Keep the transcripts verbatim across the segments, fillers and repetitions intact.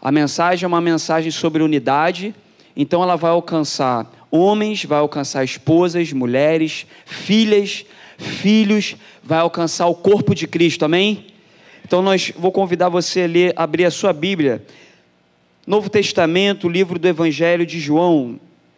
A mensagem é uma mensagem sobre unidade, então ela vai alcançar homens, vai alcançar esposas, mulheres, filhas, filhos, vai alcançar o corpo de Cristo, amém? Então nós, vou convidar você a ler, abrir a sua Bíblia, Novo Testamento, livro do Evangelho de João.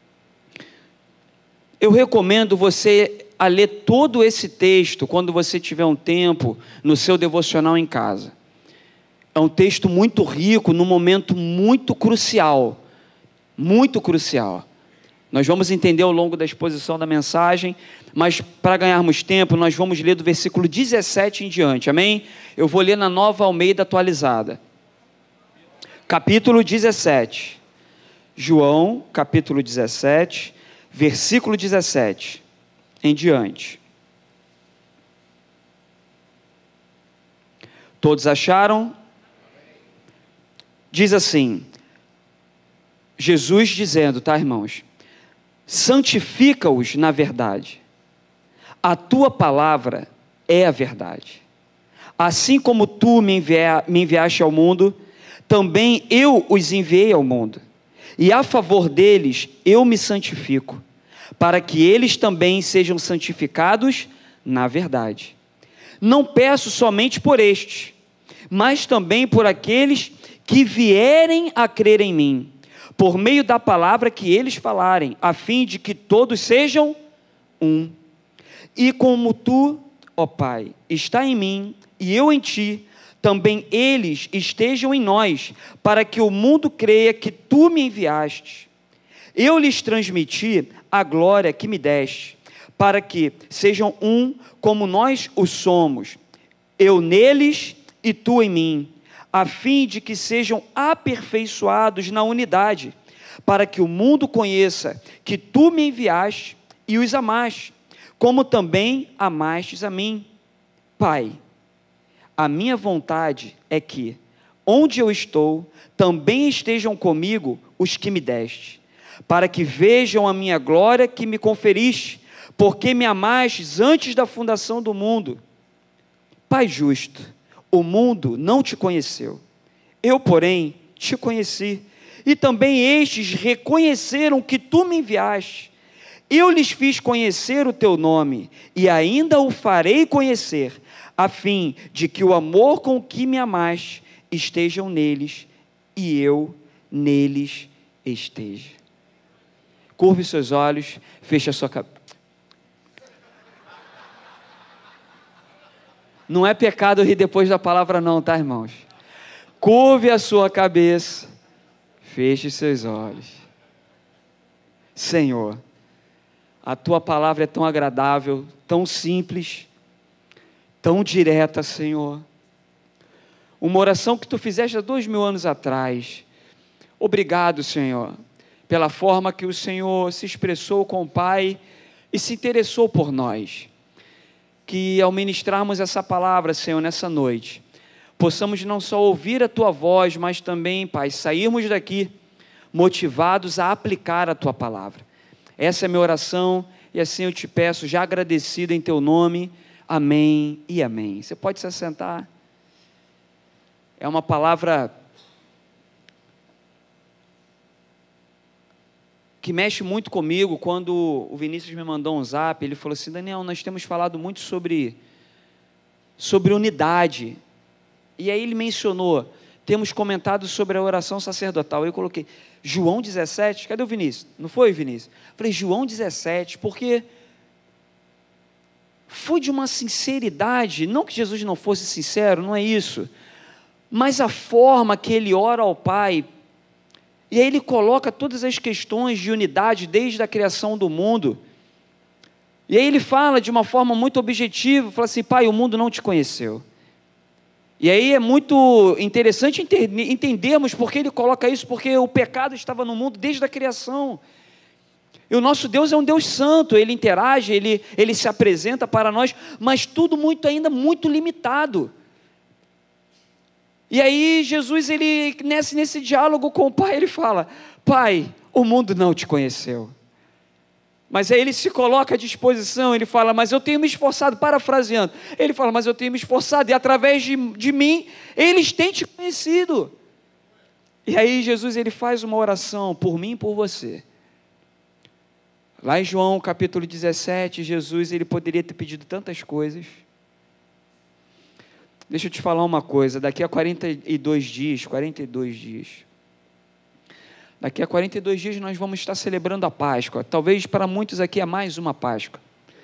Eu recomendo você a ler todo esse texto, quando você tiver um tempo, no seu devocional em casa. É um texto muito rico, num momento muito crucial, muito crucial. Nós vamos entender ao longo da exposição da mensagem, mas para ganharmos tempo, nós vamos ler do versículo dezessete em diante, amém? Eu vou ler na Nova Almeida atualizada. Capítulo dezessete. João, capítulo dezessete, versículo dezessete em diante. Todos acharam? Diz assim, Jesus dizendo, tá, irmãos? Santifica-os na verdade. A tua palavra é a verdade. Assim como tu me, envia, me enviaste ao mundo, também eu os enviei ao mundo. E a favor deles eu me santifico, para que eles também sejam santificados na verdade. Não peço somente por estes, mas também por aqueles que vierem a crer em mim, por meio da palavra que eles falarem, a fim de que todos sejam um. E como tu, ó Pai, está em mim e eu em ti, também eles estejam em nós, para que o mundo creia que tu me enviaste. Eu lhes transmiti a glória que me deste, para que sejam um como nós o somos, eu neles e tu em mim, a fim de que sejam aperfeiçoados na unidade, para que o mundo conheça que tu me enviaste e os amaste, como também amastes a mim. Pai, a minha vontade é que, onde eu estou, também estejam comigo os que me deste, para que vejam a minha glória que me conferiste, porque me amastes antes da fundação do mundo. Pai justo, o mundo não te conheceu, eu, porém, te conheci, e também estes reconheceram que tu me enviaste. Eu lhes fiz conhecer o teu nome, e ainda o farei conhecer, a fim de que o amor com que me amaste estejam neles, e eu neles esteja. Curve seus olhos, feche a sua cabeça. Não é pecado rir depois da palavra não, tá, irmãos? Curve a sua cabeça, feche seus olhos. Senhor, a tua palavra é tão agradável, tão simples, tão direta, Senhor. Uma oração que tu fizeste há dois mil anos atrás. Obrigado, Senhor, pela forma que o Senhor se expressou com o Pai e se interessou por nós. Que ao ministrarmos essa palavra, Senhor, nessa noite, possamos não só ouvir a tua voz, mas também, Pai, sairmos daqui motivados a aplicar a tua palavra. Essa é a minha oração e assim eu te peço, já agradecido em teu nome, amém e amém. Você pode se assentar. É uma palavra que mexe muito comigo. Quando o Vinícius me mandou um zap, ele falou assim, Daniel, nós temos falado muito sobre, sobre unidade, e aí ele mencionou, temos comentado sobre a oração sacerdotal. Eu coloquei, João dezessete, cadê o Vinícius? Não foi, Vinícius? Falei, João dezessete, porque foi de uma sinceridade, não que Jesus não fosse sincero, não é isso, mas a forma que ele ora ao Pai. E aí ele coloca todas as questões de unidade desde a criação do mundo. E aí ele fala de uma forma muito objetiva, fala assim, Pai, o mundo não te conheceu. E aí é muito interessante entendermos por que ele coloca isso, porque o pecado estava no mundo desde a criação. E o nosso Deus é um Deus santo, Ele interage, Ele, Ele se apresenta para nós, mas tudo muito ainda muito limitado. E aí Jesus, ele, nesse, nesse diálogo com o Pai, ele fala, Pai, o mundo não te conheceu. Mas aí ele se coloca à disposição, ele fala, mas eu tenho me esforçado, parafraseando, ele fala, mas eu tenho me esforçado, e através de, de mim, eles têm te conhecido. E aí Jesus ele faz uma oração por mim e por você. Lá em João capítulo dezessete, Jesus ele poderia ter pedido tantas coisas. Deixa eu te falar uma coisa, daqui a quarenta e dois dias, quarenta e dois dias, daqui a quarenta e dois dias nós vamos estar celebrando a Páscoa. Talvez para muitos aqui é mais uma Páscoa.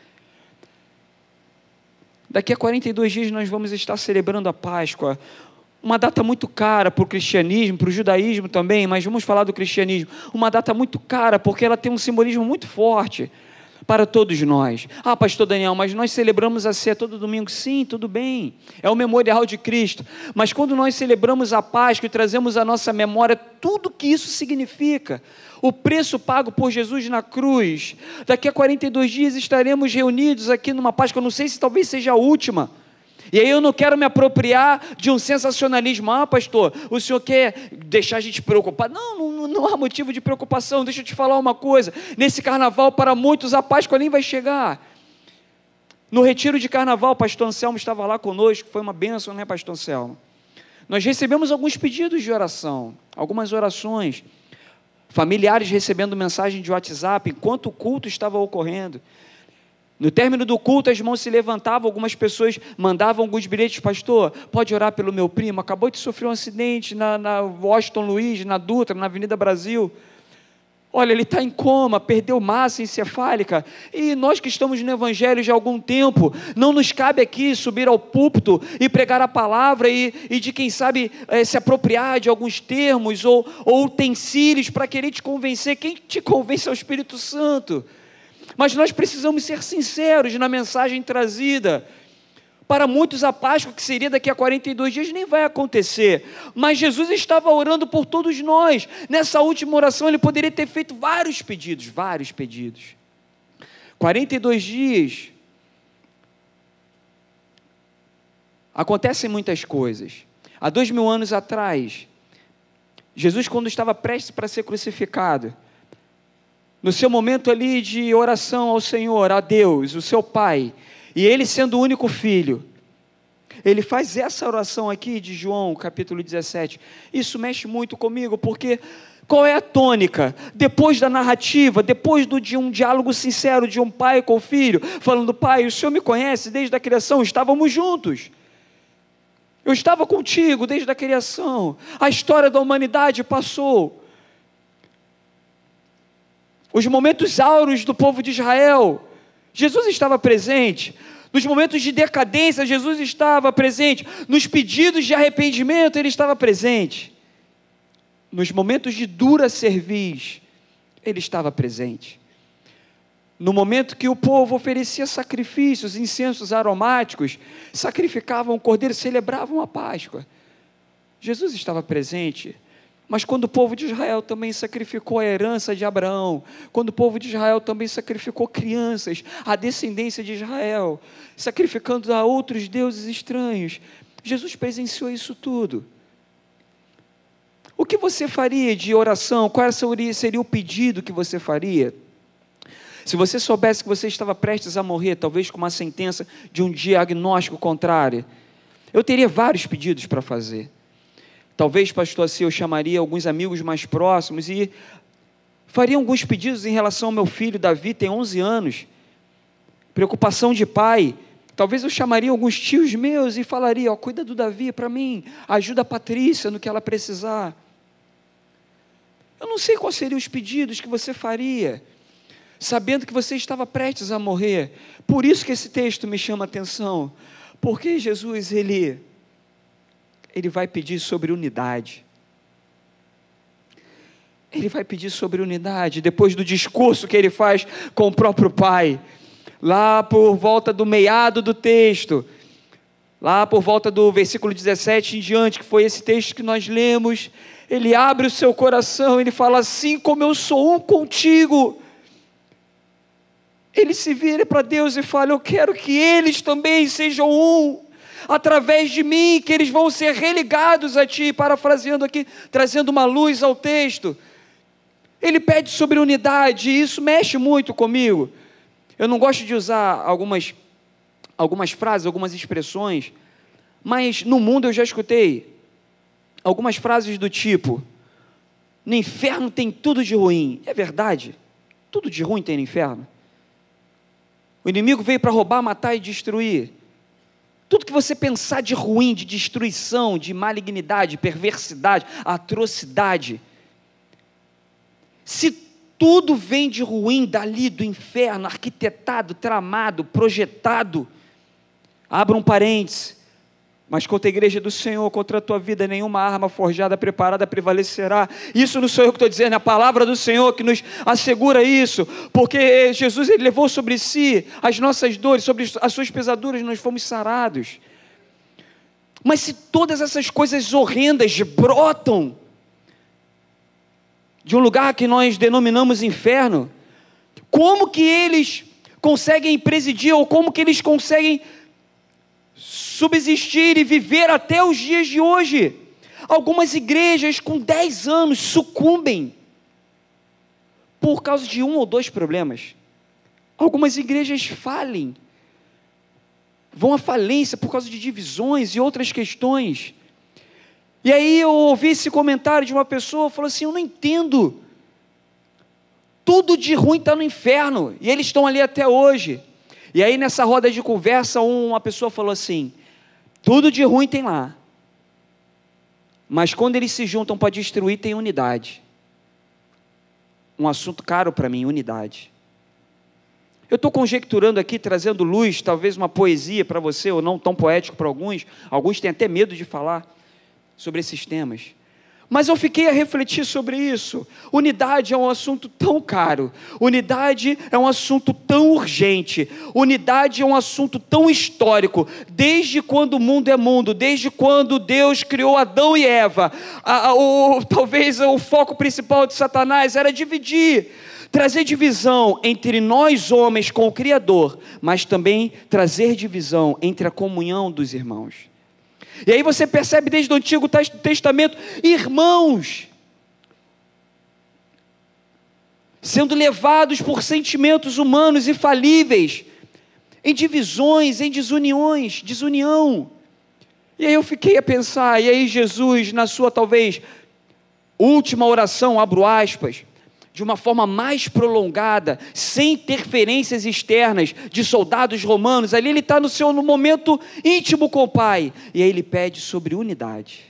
Daqui a quarenta e dois dias nós vamos estar celebrando a Páscoa. Uma data muito cara para o cristianismo, para o judaísmo também, mas vamos falar do cristianismo. Uma data muito cara porque ela tem um simbolismo muito forte para todos nós. Ah, pastor Daniel, mas nós celebramos a ceia todo domingo. Sim, tudo bem, é o memorial de Cristo, mas quando nós celebramos a Páscoa e trazemos à nossa memória tudo que isso significa, o preço pago por Jesus na cruz, daqui a quarenta e dois dias estaremos reunidos aqui numa Páscoa, não sei se talvez seja a última. E aí eu não quero me apropriar de um sensacionalismo. Ah, pastor, o senhor quer deixar a gente preocupado? Não, não, não há motivo de preocupação. Deixa eu te falar uma coisa. Nesse carnaval, para muitos, a Páscoa nem vai chegar. No retiro de carnaval, o pastor Anselmo estava lá conosco. Foi uma bênção, né, pastor Anselmo? Nós recebemos alguns pedidos de oração, algumas orações. Familiares recebendo mensagem de WhatsApp enquanto o culto estava ocorrendo. No término do culto, as mãos se levantavam, algumas pessoas mandavam alguns bilhetes. Pastor, pode orar pelo meu primo, acabou de sofrer um acidente na, na Washington Luiz, na Dutra, na Avenida Brasil. Olha, ele está em coma, perdeu massa encefálica, e nós que estamos no Evangelho já há algum tempo, não nos cabe aqui subir ao púlpito e pregar a palavra e, e de quem sabe é, se apropriar de alguns termos ou, ou utensílios para querer te convencer. Quem te convence é o Espírito Santo. Mas nós precisamos ser sinceros na mensagem trazida. Para muitos a Páscoa, que seria daqui a quarenta e dois dias, nem vai acontecer. Mas Jesus estava orando por todos nós. Nessa última oração ele poderia ter feito vários pedidos, vários pedidos. quarenta e dois dias. Acontecem muitas coisas. Há dois mil anos atrás, Jesus, quando estava prestes para ser crucificado, no seu momento ali de oração ao Senhor, a Deus, o seu Pai, e ele sendo o único filho, ele faz essa oração aqui de João, capítulo dezessete. Isso mexe muito comigo, porque qual é a tônica? Depois da narrativa, depois do, de um diálogo sincero de um pai com o filho, falando: Pai, o Senhor me conhece desde a criação, estávamos juntos. Eu estava contigo desde a criação. A história da humanidade passou. Os momentos áureos do povo de Israel, Jesus estava presente. Nos momentos de decadência, Jesus estava presente. Nos pedidos de arrependimento, Ele estava presente. Nos momentos de dura cerviz, Ele estava presente. No momento que o povo oferecia sacrifícios, incensos aromáticos, sacrificavam o cordeiro, celebravam a Páscoa, Jesus estava presente. Mas quando o povo de Israel também sacrificou a herança de Abraão, quando o povo de Israel também sacrificou crianças, a descendência de Israel, sacrificando a outros deuses estranhos, Jesus presenciou isso tudo. O que você faria de oração? Qual seria, seria o pedido que você faria? Se você soubesse que você estava prestes a morrer, talvez com uma sentença de um diagnóstico contrário, eu teria vários pedidos para fazer. Talvez, pastor, assim, eu chamaria alguns amigos mais próximos e faria alguns pedidos em relação ao meu filho, Davi, tem onze anos, preocupação de pai. Talvez eu chamaria alguns tios meus e falaria: ó, cuida do Davi para mim, ajuda a Patrícia no que ela precisar. Eu não sei quais seriam os pedidos que você faria, sabendo que você estava prestes a morrer. Por isso que esse texto me chama a atenção, porque Jesus, ele... Ele vai pedir sobre unidade. Ele vai pedir sobre unidade, depois do discurso que ele faz com o próprio Pai. Lá por volta do meado do texto, lá por volta do versículo dezessete em diante, que foi esse texto que nós lemos, ele abre o seu coração, ele fala: assim como eu sou um contigo. Ele se vira para Deus e fala: eu quero que eles também sejam um. Através de mim, que eles vão ser religados a ti, parafraseando aqui, trazendo uma luz ao texto. Ele pede sobre unidade, e isso mexe muito comigo. Eu não gosto de usar algumas, algumas frases, algumas expressões, mas no mundo eu já escutei algumas frases do tipo: no inferno tem tudo de ruim. É verdade? Tudo de ruim tem no inferno? O inimigo veio para roubar, matar e destruir. Tudo que você pensar de ruim, de destruição, de malignidade, perversidade, atrocidade, se tudo vem de ruim dali do inferno, arquitetado, tramado, projetado, abra um parênteses, mas contra a igreja do Senhor, contra a tua vida, nenhuma arma forjada, preparada prevalecerá. Isso não sou eu que estou dizendo, é a palavra do Senhor que nos assegura isso, porque Jesus ele levou sobre si as nossas dores, sobre as suas pesaduras, nós fomos sarados. Mas se todas essas coisas horrendas brotam de um lugar que nós denominamos inferno, como que eles conseguem presidir, ou como que eles conseguem subsistir e viver até os dias de hoje? Algumas igrejas com dez anos sucumbem por causa de um ou dois problemas. Algumas igrejas falem, vão à falência por causa de divisões e outras questões. E aí eu ouvi esse comentário de uma pessoa, falou assim, eu não entendo, tudo de ruim está no inferno, e eles estão ali até hoje. E aí nessa roda de conversa, uma pessoa falou assim, tudo de ruim tem lá, mas quando eles se juntam para destruir, tem unidade. Um assunto caro para mim, unidade. Eu estou conjecturando aqui, trazendo luz, talvez uma poesia para você, ou não tão poético para alguns, alguns têm até medo de falar sobre esses temas. Mas eu fiquei a refletir sobre isso. Unidade é um assunto tão caro, unidade é um assunto tão urgente, unidade é um assunto tão histórico, desde quando o mundo é mundo, desde quando Deus criou Adão e Eva. A, a, o, talvez o foco principal de Satanás era dividir, trazer divisão entre nós homens com o Criador, mas também trazer divisão entre a comunhão dos irmãos. E aí você percebe desde o Antigo Testamento, irmãos, sendo levados por sentimentos humanos infalíveis, em divisões, em desuniões, desunião. E aí eu fiquei a pensar, e aí Jesus, na sua talvez última oração, abro aspas, de uma forma mais prolongada, sem interferências externas de soldados romanos, ali ele está no seu no momento íntimo com o Pai, e aí ele pede sobre unidade.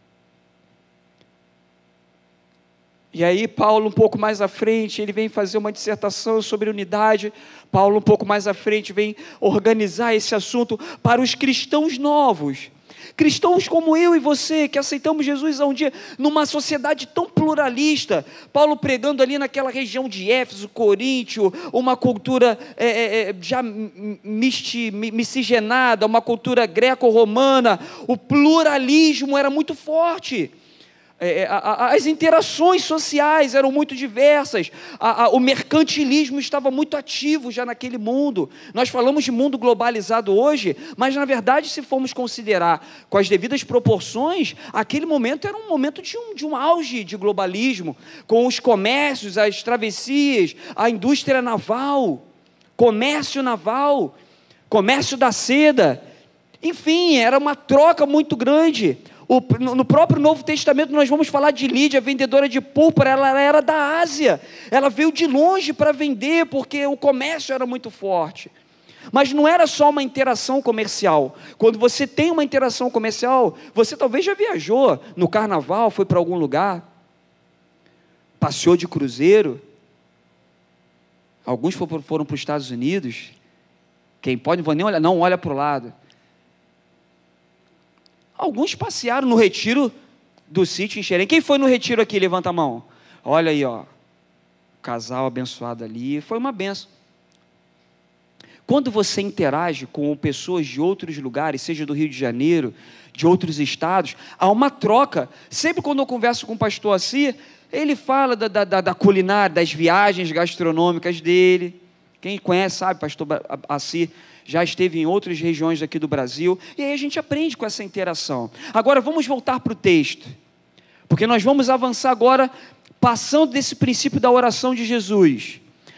E aí Paulo um pouco mais à frente, ele vem fazer uma dissertação sobre unidade. Paulo um pouco mais à frente vem organizar esse assunto para os cristãos novos, cristãos como eu e você, que aceitamos Jesus há um dia, numa sociedade tão pluralista. Paulo pregando ali naquela região de Éfeso, Coríntio, uma cultura é, é, já misti, miscigenada, uma cultura greco-romana, o pluralismo era muito forte. É, a, a, as interações sociais eram muito diversas, a, a, o mercantilismo estava muito ativo já naquele mundo. Nós falamos de mundo globalizado hoje, mas na verdade, se formos considerar com as devidas proporções, aquele momento era um momento de um, de um auge de globalismo, com os comércios, as travessias, a indústria naval, comércio naval, comércio da seda, enfim, era uma troca muito grande. O, no próprio Novo Testamento nós vamos falar de Lídia, vendedora de púrpura. Ela era da Ásia, ela veio de longe para vender, porque o comércio era muito forte. Mas não era só uma interação comercial. Quando você tem uma interação comercial, você talvez já viajou no carnaval, foi para algum lugar, passeou de cruzeiro, alguns foram, foram para os Estados Unidos, quem pode, não vou nem olhar, não olha para o lado. Alguns passearam no retiro do sítio em Xerém. Quem foi no retiro aqui? Levanta a mão. Olha aí, ó, casal abençoado ali, foi uma benção. Quando você interage com pessoas de outros lugares, seja do Rio de Janeiro, de outros estados, há uma troca. Sempre quando eu converso com o pastor Assi, ele fala da, da, da culinária, das viagens gastronômicas dele. Quem conhece sabe, pastor Assi já esteve em outras regiões aqui do Brasil, e aí a gente aprende com essa interação. Agora vamos voltar para o texto, porque nós vamos avançar agora, passando desse princípio da oração de Jesus.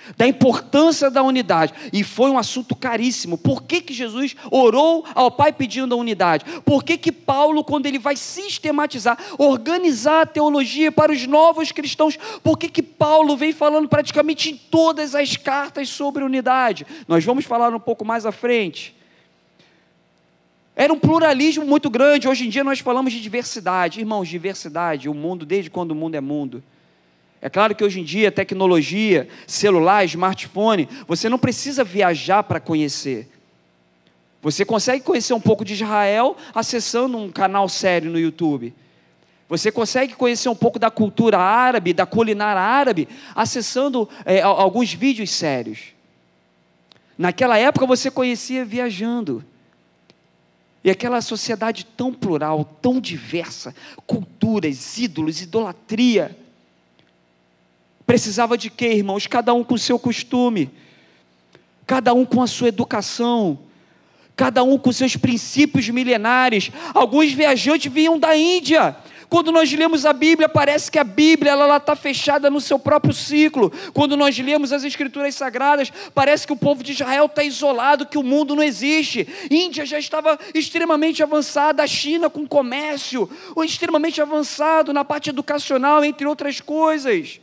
da importância da unidade, e foi um assunto caríssimo. Por que que Jesus orou ao Pai pedindo a unidade? Por que que Paulo, quando ele vai sistematizar, organizar a teologia para os novos cristãos, por que que Paulo vem falando praticamente em todas as cartas sobre unidade? Nós vamos falar um pouco mais à frente. Era um pluralismo muito grande. Hoje em dia nós falamos de diversidade. Irmãos, diversidade, o mundo, desde quando o mundo é mundo. É claro que hoje em dia, tecnologia, celular, smartphone, você não precisa viajar para conhecer. Você consegue conhecer um pouco de Israel acessando um canal sério no YouTube. Você consegue conhecer um pouco da cultura árabe, da culinária árabe, acessando é, alguns vídeos sérios. Naquela época você conhecia viajando. E aquela sociedade tão plural, tão diversa, culturas, ídolos, idolatria. Precisava de quê, irmãos? Cada um com o seu costume, cada um com a sua educação, cada um com seus princípios milenares. Alguns viajantes vinham da Índia. Quando nós lemos a Bíblia, parece que a Bíblia ela está fechada no seu próprio ciclo. Quando nós lemos as Escrituras Sagradas, parece que o povo de Israel está isolado, que o mundo não existe. Índia já estava extremamente avançada, a China com comércio, ou extremamente avançado na parte educacional, entre outras coisas.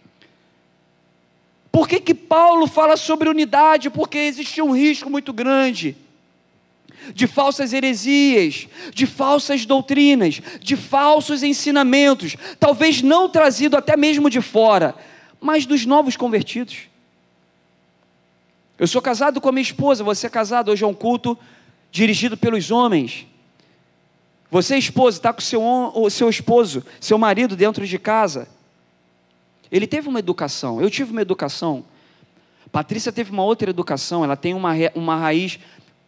Por que que Paulo fala sobre unidade? Porque existia um risco muito grande de falsas heresias, de falsas doutrinas, de falsos ensinamentos, talvez não trazido até mesmo de fora, mas dos novos convertidos. Eu sou casado com a minha esposa, você é casado, hoje é um culto dirigido pelos homens. Você, esposa, está com o seu, o seu esposo, seu marido dentro de casa. Ele teve uma educação, eu tive uma educação, Patrícia teve uma outra educação, ela tem uma, uma raiz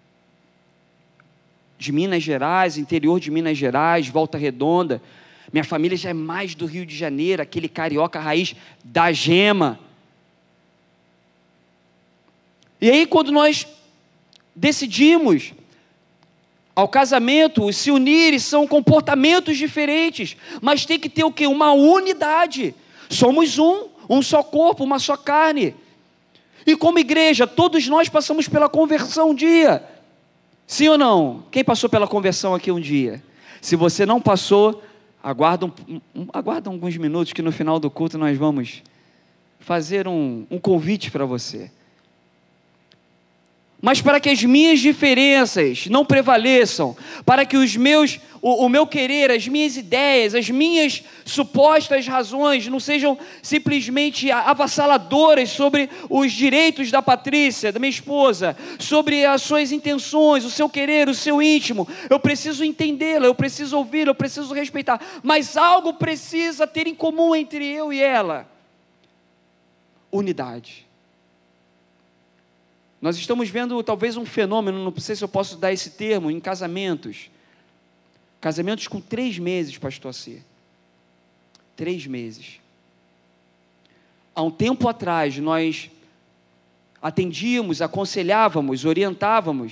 de Minas Gerais, interior de Minas Gerais, Volta Redonda. Minha família já é mais do Rio de Janeiro, aquele carioca raiz da gema. E aí quando nós decidimos ao casamento, se unir, são comportamentos diferentes, mas tem que ter o quê? Uma unidade. Somos um, um só corpo, uma só carne. E como igreja, todos nós passamos pela conversão um dia. Sim ou não? Quem passou pela conversão aqui um dia? Se você não passou, aguarda, um, um, aguarda alguns minutos que no final do culto nós vamos fazer um, um convite para você. Mas para que as minhas diferenças não prevaleçam, para que os meus, o, o meu querer, as minhas ideias, as minhas supostas razões não sejam simplesmente avassaladoras sobre os direitos da Patrícia, da minha esposa, sobre as suas intenções, o seu querer, o seu íntimo, eu preciso entendê-la, eu preciso ouvi-la, eu preciso respeitar, mas algo precisa ter em comum entre eu e ela: unidade. Nós estamos vendo talvez um fenômeno, não sei se eu posso dar esse termo, em casamentos. Casamentos com três meses, pastor C. Três meses. Há um tempo atrás, nós atendíamos, aconselhávamos, orientávamos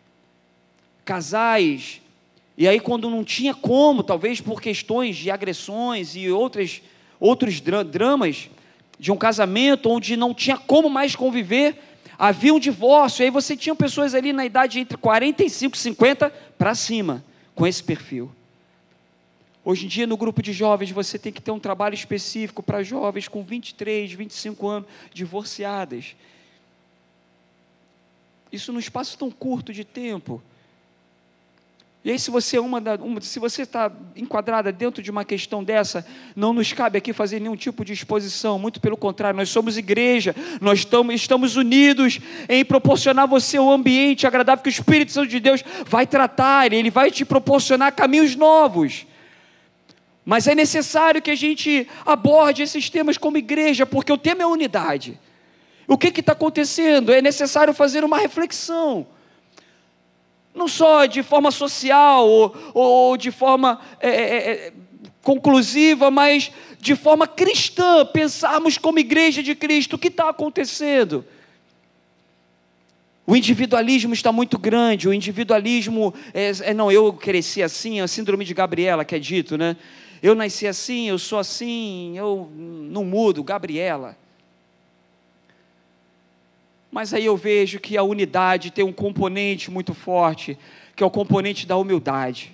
casais, e aí quando não tinha como, talvez por questões de agressões e outras, outros dramas de um casamento, onde não tinha como mais conviver, havia um divórcio, aí você tinha pessoas ali na idade entre quarenta e cinco e cinquenta para cima, com esse perfil. Hoje em dia, no grupo de jovens, você tem que ter um trabalho específico para jovens com vinte e três, vinte e cinco anos, divorciadas. Isso num espaço tão curto de tempo. E aí, se você é uma, uma, se você está enquadrada dentro de uma questão dessa, não nos cabe aqui fazer nenhum tipo de exposição, muito pelo contrário, nós somos igreja, nós estamos, estamos unidos em proporcionar a você um ambiente agradável que o Espírito Santo de Deus vai tratar, Ele vai te proporcionar caminhos novos. Mas é necessário que a gente aborde esses temas como igreja, porque o tema é unidade. O que está acontecendo? É necessário fazer uma reflexão. Não só de forma social ou, ou de forma é, é, conclusiva, mas de forma cristã, pensarmos como igreja de Cristo, o que está acontecendo? O individualismo está muito grande, o individualismo, é, é, não, eu cresci assim, a síndrome de Gabriela, que é dito, né? Eu nasci assim, eu sou assim, eu não mudo, Gabriela. Mas aí eu vejo que a unidade tem um componente muito forte, que é o componente da humildade.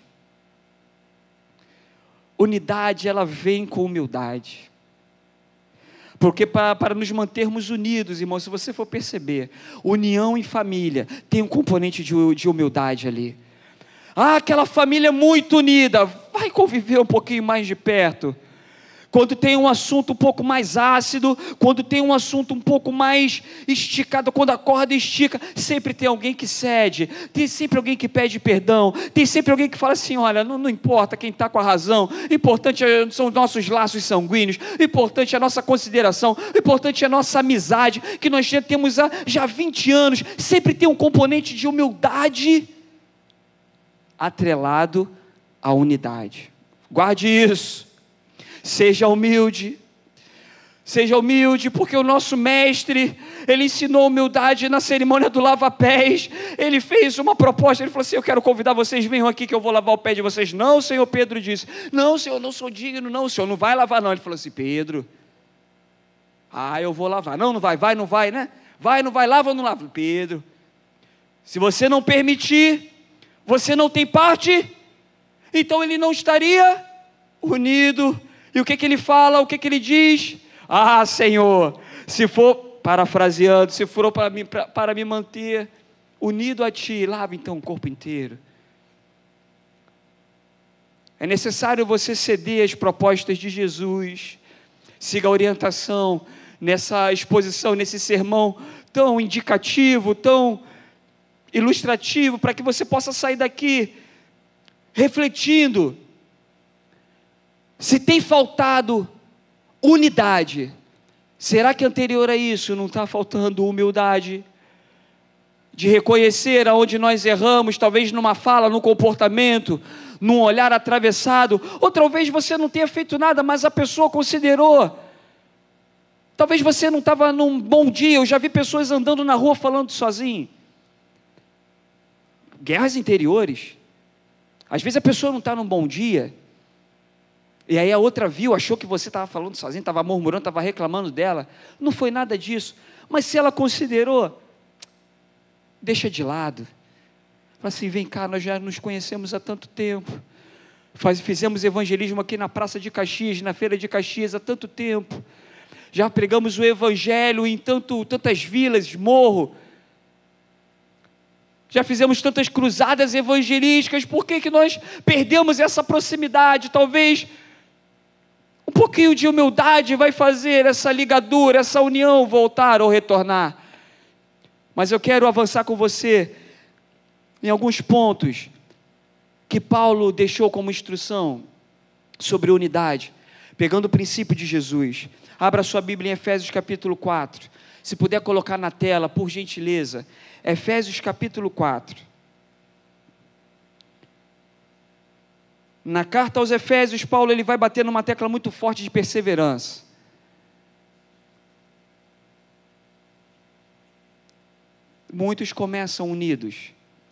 Unidade, ela vem com humildade. Porque para, para nos mantermos unidos, irmão, se você for perceber, união em família tem um componente de, de humildade ali. Ah, aquela família muito unida, vai conviver um pouquinho mais de perto. Quando tem um assunto um pouco mais ácido, quando tem um assunto um pouco mais esticado, quando a corda estica, sempre tem alguém que cede, tem sempre alguém que pede perdão, tem sempre alguém que fala assim, olha, não, não importa quem está com a razão, o importante são os nossos laços sanguíneos, o importante é a nossa consideração, o importante é a nossa amizade, que nós já temos há já vinte anos, sempre tem um componente de humildade atrelado à unidade. Guarde isso. Seja humilde, seja humilde, porque o nosso mestre, ele ensinou humildade na cerimônia do lava-pés. Ele fez uma proposta, ele falou assim, eu quero convidar vocês, venham aqui que eu vou lavar o pé de vocês. Não, Senhor, Pedro disse, não, Senhor, eu não sou digno, não, Senhor, não vai lavar não. Ele falou assim, Pedro, ah, eu vou lavar. Não, não vai, vai, não vai, né? Vai, não vai, lava ou não lava? Pedro, se você não permitir, você não tem parte, então ele não estaria unido. E o que que ele fala, o que que ele diz? Ah, Senhor, se for, parafraseando, se for para me, para, para me manter unido a Ti, lava então o corpo inteiro. É necessário você ceder às propostas de Jesus, siga a orientação nessa exposição, nesse sermão tão indicativo, tão ilustrativo, para que você possa sair daqui refletindo. Se tem faltado unidade, será que anterior a isso não está faltando humildade? De reconhecer aonde nós erramos, talvez numa fala, num comportamento, num olhar atravessado, ou talvez você não tenha feito nada, mas a pessoa considerou. Talvez você não estava num bom dia, eu já vi pessoas andando na rua falando sozinho. Guerras interiores. Às vezes a pessoa não está num bom dia, e aí a outra viu, achou que você estava falando sozinho, estava murmurando, estava reclamando dela. Não foi nada disso. Mas se ela considerou, deixa de lado. Fala assim, vem cá, nós já nos conhecemos há tanto tempo. Faz, fizemos evangelismo aqui na Praça de Caxias, na Feira de Caxias há tanto tempo. Já pregamos o evangelho em tanto, tantas vilas, morro. Já fizemos tantas cruzadas evangelísticas. Por que que nós perdemos essa proximidade? Talvez um pouquinho de humildade vai fazer essa ligadura, essa união voltar ou retornar. Mas eu quero avançar com você em alguns pontos que Paulo deixou como instrução sobre unidade, pegando o princípio de Jesus. Abra sua Bíblia em Efésios capítulo quatro. Se puder colocar na tela, por gentileza. Efésios capítulo quatro. Na carta aos Efésios, Paulo ele vai bater numa tecla muito forte de perseverança. Muitos começam unidos.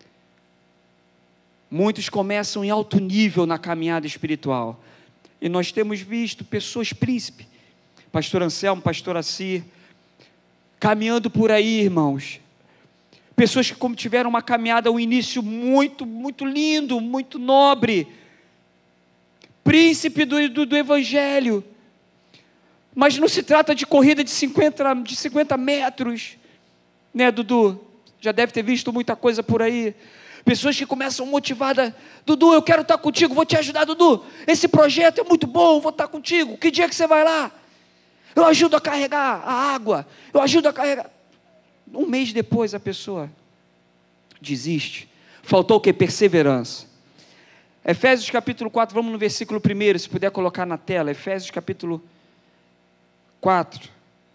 Muitos começam em alto nível na caminhada espiritual. E nós temos visto pessoas príncipe, pastor Anselmo, pastor Assir, caminhando por aí, irmãos. Pessoas que como tiveram uma caminhada, um início muito, muito lindo, muito nobre, príncipe do, do, do Evangelho, mas não se trata de corrida de cinquenta, de cinquenta metros, né, Dudu? Já deve ter visto muita coisa por aí. Pessoas que começam motivadas, Dudu, eu quero estar contigo, vou te ajudar, Dudu, esse projeto é muito bom, vou estar contigo, que dia que você vai lá? Eu ajudo a carregar a água, eu ajudo a carregar. Um mês depois a pessoa desiste. Faltou o quê? Perseverança. Efésios capítulo quatro, vamos no versículo primeiro, se puder colocar na tela. Efésios capítulo quatro.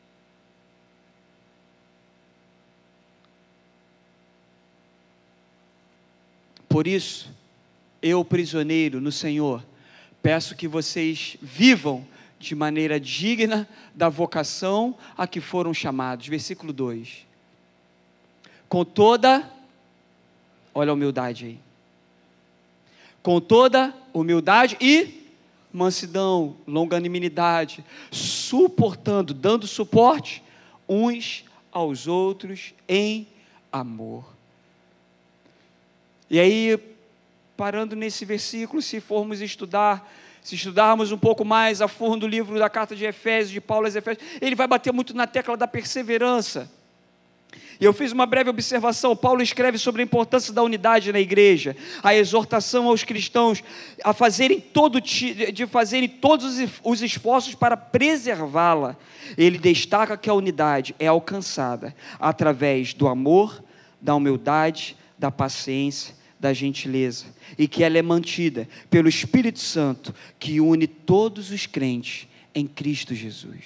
Por isso, eu, prisioneiro no Senhor, peço que vocês vivam de maneira digna da vocação a que foram chamados. Versículo dois. Com toda, olha a humildade aí, com toda humildade e mansidão, longanimidade, suportando, dando suporte uns aos outros em amor. E aí, parando nesse versículo, se formos estudar, se estudarmos um pouco mais a fundo o livro da carta de Efésios, de Paulo aos Efésios, ele vai bater muito na tecla da perseverança. E eu fiz uma breve observação. Paulo escreve sobre a importância da unidade na igreja, a exortação aos cristãos a fazerem todo, de fazerem todos os esforços para preservá-la. Ele destaca que a unidade é alcançada através do amor, da humildade, da paciência, da gentileza, e que ela é mantida pelo Espírito Santo, que une todos os crentes em Cristo Jesus.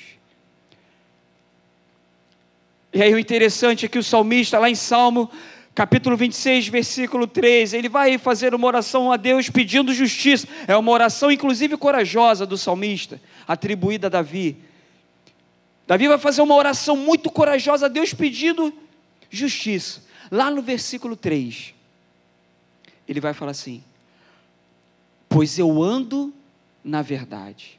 E aí o interessante é que o salmista, lá em Salmo, capítulo vinte e seis, versículo três, ele vai fazer uma oração a Deus pedindo justiça. É uma oração inclusive corajosa do salmista, atribuída a Davi. Davi vai fazer uma oração muito corajosa a Deus pedindo justiça. Lá no versículo três, ele vai falar assim: pois eu ando na verdade.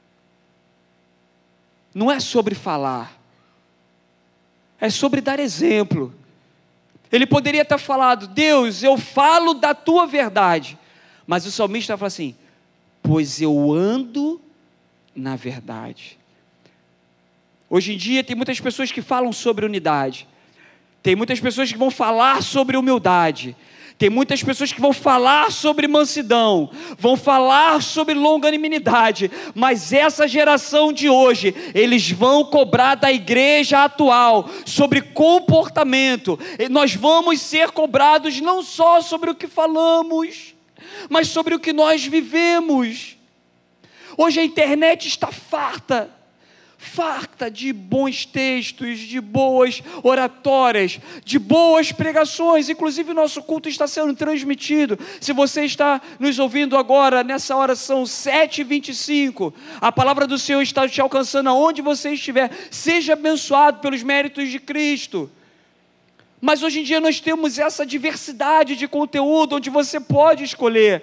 Não é sobre falar, é sobre dar exemplo. Ele poderia ter falado: Deus, eu falo da tua verdade, mas o salmista fala assim: pois eu ando na verdade. Hoje em dia tem muitas pessoas que falam sobre unidade, tem muitas pessoas que vão falar sobre humildade, tem muitas pessoas que vão falar sobre mansidão, vão falar sobre longanimidade, mas essa geração de hoje, eles vão cobrar da igreja atual sobre comportamento. E nós vamos ser cobrados não só sobre o que falamos, mas sobre o que nós vivemos. Hoje a internet está farta, farta de bons textos, de boas oratórias, de boas pregações. Inclusive o nosso culto está sendo transmitido. Se você está nos ouvindo agora, nessa hora são sete e vinte e cinco, a palavra do Senhor está te alcançando aonde você estiver. Seja abençoado pelos méritos de Cristo. Mas hoje em dia nós temos essa diversidade de conteúdo, onde você pode escolher,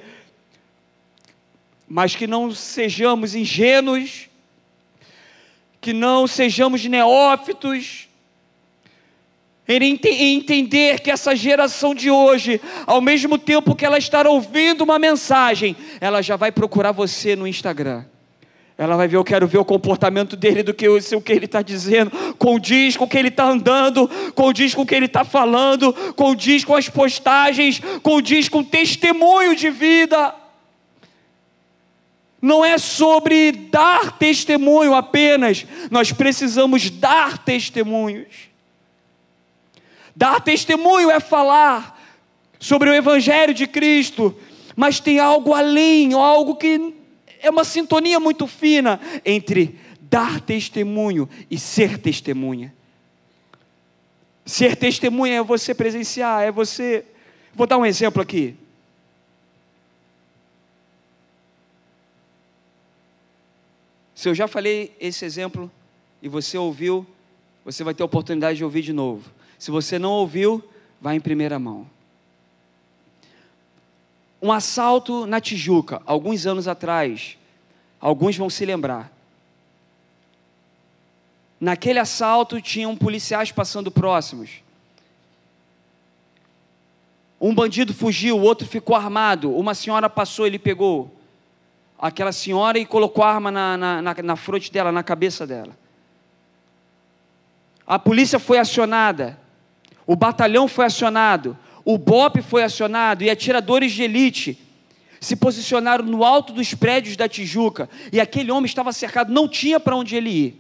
mas que não sejamos ingênuos, que não sejamos neófitos, em entender que essa geração de hoje, ao mesmo tempo que ela está ouvindo uma mensagem, ela já vai procurar você no Instagram. Ela vai ver: eu quero ver o comportamento dele, do que o que ele está dizendo, condiz com o que ele está andando, condiz com o que ele está falando, condiz com as postagens, condiz com o testemunho de vida. Não é sobre dar testemunho apenas, nós precisamos dar testemunhos. Dar testemunho é falar sobre o Evangelho de Cristo, mas tem algo além, algo que é uma sintonia muito fina entre dar testemunho e ser testemunha. Ser testemunha é você presenciar, é você... Vou dar um exemplo aqui. Se eu já falei esse exemplo e você ouviu, você vai ter a oportunidade de ouvir de novo. Se você não ouviu, vai em primeira mão. Um assalto na Tijuca, alguns anos atrás, alguns vão se lembrar. Naquele assalto tinham policiais passando próximos. Um bandido fugiu, o outro ficou armado. Uma senhora passou, ele pegou aquela senhora e colocou a arma na, na, na, na fronte dela, na cabeça dela. A polícia foi acionada, o batalhão foi acionado, o B O P foi acionado, e atiradores de elite se posicionaram no alto dos prédios da Tijuca, e aquele homem estava cercado, não tinha para onde ele ir.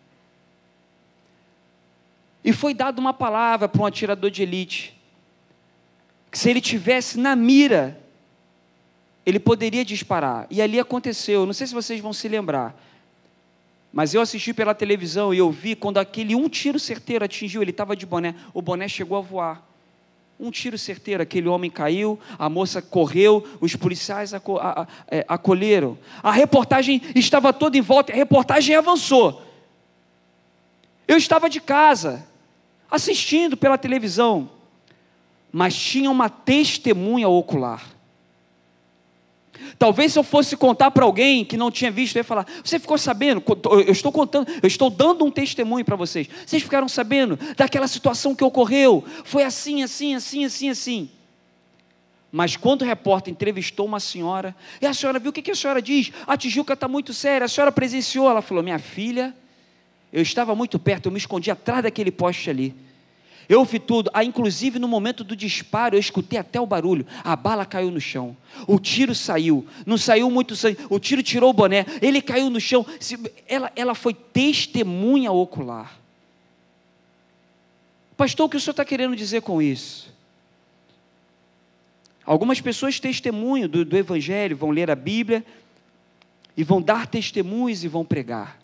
E foi dada uma palavra para um atirador de elite, que se ele tivesse na mira, ele poderia disparar. E ali aconteceu. Não sei se vocês vão se lembrar, mas eu assisti pela televisão e eu vi quando aquele um tiro certeiro atingiu, ele estava de boné, o boné chegou a voar. Um tiro certeiro, aquele homem caiu, a moça correu, os policiais aco- a- a- é, acolheram. A reportagem estava toda em volta, a reportagem avançou. Eu estava de casa, assistindo pela televisão, mas tinha uma testemunha ocular. Talvez se eu fosse contar para alguém que não tinha visto, eu ia falar, você ficou sabendo? Eu estou contando, eu estou dando um testemunho para vocês. Vocês ficaram sabendo daquela situação que ocorreu? Foi assim, assim, assim, assim, assim. Mas quando o repórter entrevistou uma senhora, e a senhora viu, o que, que a senhora diz? A Tijuca está muito séria, a senhora presenciou. Ela falou, minha filha, eu estava muito perto, eu me escondi atrás daquele poste ali. Eu ouvi tudo, ah, inclusive no momento do disparo, eu escutei até o barulho, a bala caiu no chão, o tiro saiu, não saiu muito sangue, o tiro tirou o boné, ele caiu no chão, ela, ela foi testemunha ocular. Pastor, o que o senhor está querendo dizer com isso? Algumas pessoas testemunham do, do Evangelho, vão ler a Bíblia, e vão dar testemunhos e vão pregar.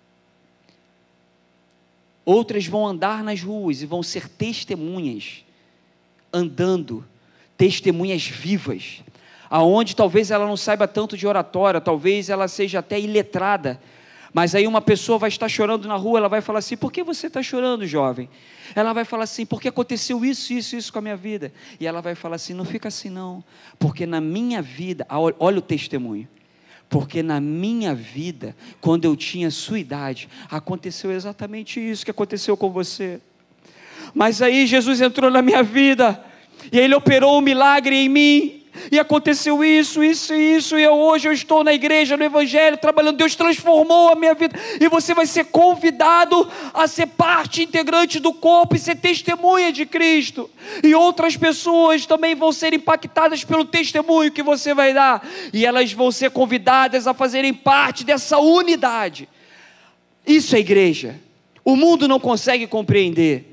Outras vão andar nas ruas e vão ser testemunhas, andando, testemunhas vivas, aonde talvez ela não saiba tanto de oratória, talvez ela seja até iletrada, mas aí uma pessoa vai estar chorando na rua, ela vai falar assim, por que você está chorando, jovem? Ela vai falar assim, porque aconteceu isso, isso, isso com a minha vida, e ela vai falar assim, não fica assim não, porque na minha vida, olha o testemunho, porque na minha vida, quando eu tinha sua idade, aconteceu exatamente isso que aconteceu com você. Mas aí Jesus entrou na minha vida, e Ele operou um milagre em mim, e aconteceu isso, isso e isso, e eu, hoje eu estou na igreja, no Evangelho, trabalhando, Deus transformou a minha vida, e você vai ser convidado a ser parte integrante do corpo, e ser testemunha de Cristo, e outras pessoas também vão ser impactadas pelo testemunho que você vai dar, e elas vão ser convidadas a fazerem parte dessa unidade. Isso é igreja, o mundo não consegue compreender,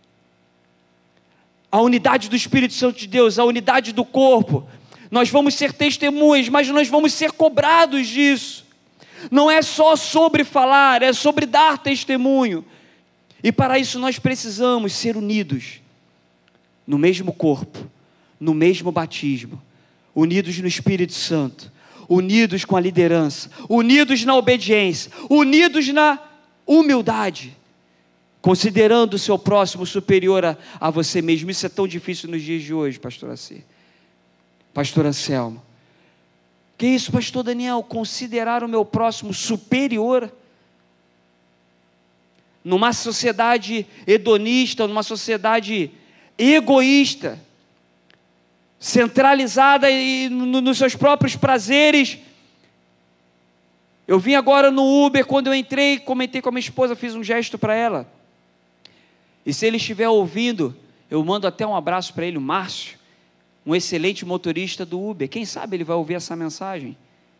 a unidade do Espírito Santo de Deus, a unidade do corpo. Nós vamos ser testemunhas, mas nós vamos ser cobrados disso. Não é só sobre falar, é sobre dar testemunho. E para isso nós precisamos ser unidos no mesmo corpo, no mesmo batismo, unidos no Espírito Santo, unidos com a liderança, unidos na obediência, unidos na humildade, considerando o seu próximo superior a, a você mesmo. Isso é tão difícil nos dias de hoje, pastor Assi, pastor Anselmo. Que isso, pastor Daniel? Considerar o meu próximo superior? Numa sociedade hedonista, numa sociedade egoísta, centralizada e no, nos seus próprios prazeres. Eu vim agora no Uber, quando eu entrei, comentei com a minha esposa, fiz um gesto para ela. E se ele estiver ouvindo, eu mando até um abraço para ele, o Márcio, um excelente motorista do Uber. Quem sabe ele vai ouvir essa mensagem.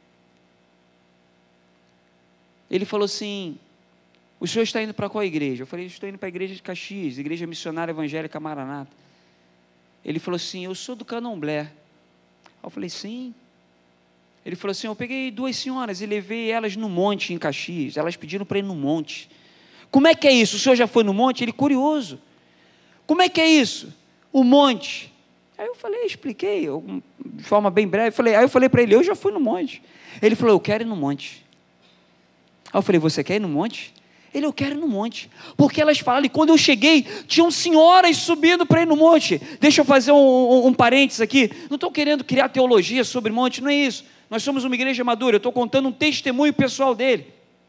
Ele falou assim, o senhor está indo para qual igreja? Eu falei, estou indo para a igreja de Caxias, Igreja Missionária Evangélica Maranata. Ele falou assim, eu sou do Candomblé. Eu falei, sim. Ele falou assim, eu peguei duas senhoras e levei elas no monte em Caxias, elas pediram para ir no monte. Como é que é isso? O senhor já foi no monte? Ele, curioso. Como é que é isso? O monte. Aí eu falei, expliquei, eu, de forma bem breve, falei, aí eu falei para ele, eu já fui no monte. Ele falou, eu quero ir no monte. Aí eu falei, você quer ir no monte? Ele, eu quero ir no monte. Porque elas falaram, e quando eu cheguei, tinham senhoras subindo para ir no monte. Deixa eu fazer um, um, um parênteses aqui, não estou querendo criar teologia sobre monte, não é isso. Nós somos uma igreja madura, eu estou contando um testemunho pessoal dele.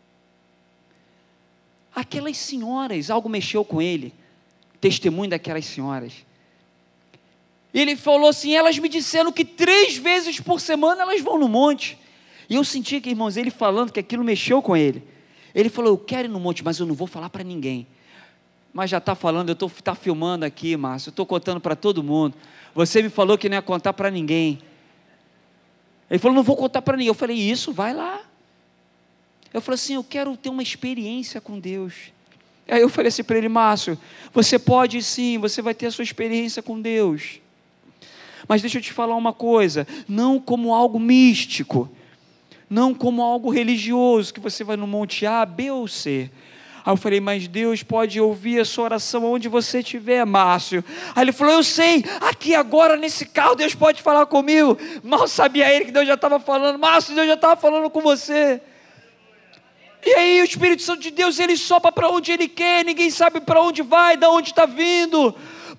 Aquelas senhoras, algo mexeu com ele, testemunho daquelas senhoras. Ele falou assim, elas me disseram que três vezes por semana elas vão no monte. E eu senti que, irmãos, ele falando que aquilo mexeu com ele. Ele falou, eu quero ir no monte, mas eu não vou falar para ninguém. Mas já está falando, eu estou tá filmando aqui, Márcio, eu estou contando para todo mundo. Você me falou que não ia contar para ninguém. Ele falou, não vou contar para ninguém. Eu falei, isso, vai lá. Eu falei assim, eu quero ter uma experiência com Deus. Aí eu falei assim para ele, Márcio, você pode sim, você vai ter a sua experiência com Deus. Mas deixa eu te falar uma coisa, não como algo místico, não como algo religioso, que você vai no monte A, B ou C. Aí eu falei, mas Deus pode ouvir a sua oração onde você estiver, Márcio. Aí ele falou, eu sei, aqui agora nesse carro Deus pode falar comigo. Mal sabia ele que Deus já estava falando, Márcio, Deus já estava falando com você. E aí o Espírito Santo de Deus, ele sopra para onde ele quer, ninguém sabe para onde vai, de onde está vindo.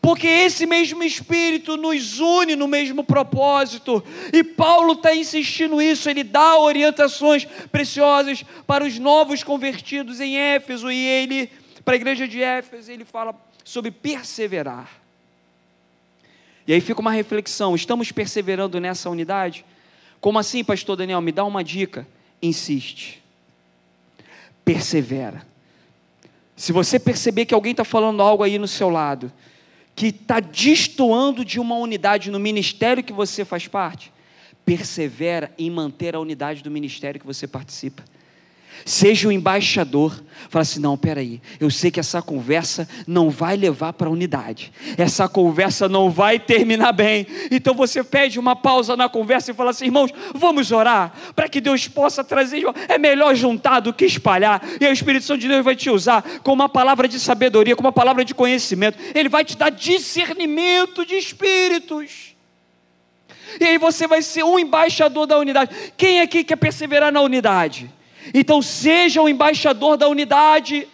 porque esse mesmo Espírito nos une no mesmo propósito, e Paulo está insistindo nisso. Ele dá orientações preciosas para os novos convertidos em Éfeso, e ele, para a igreja de Éfeso, ele fala sobre perseverar. E aí fica uma reflexão: estamos perseverando nessa unidade? Como assim, pastor Daniel? Me dá uma dica. Insiste, persevera. Se você perceber que alguém está falando algo aí no seu lado, que está destoando de uma unidade no ministério que você faz parte, persevera em manter a unidade do ministério que você participa. Seja o embaixador. Fala assim: não, peraí, eu sei que essa conversa não vai levar para a unidade, essa conversa não vai terminar bem, então você pede uma pausa na conversa e fala assim: irmãos, vamos orar, para que Deus possa trazer. É melhor juntar do que espalhar, e o Espírito Santo de Deus vai te usar com uma palavra de sabedoria, com uma palavra de conhecimento. Ele vai te dar discernimento de espíritos, e aí você vai ser um embaixador da unidade. Quem aqui quer perseverar na unidade? Então seja o embaixador da unidade.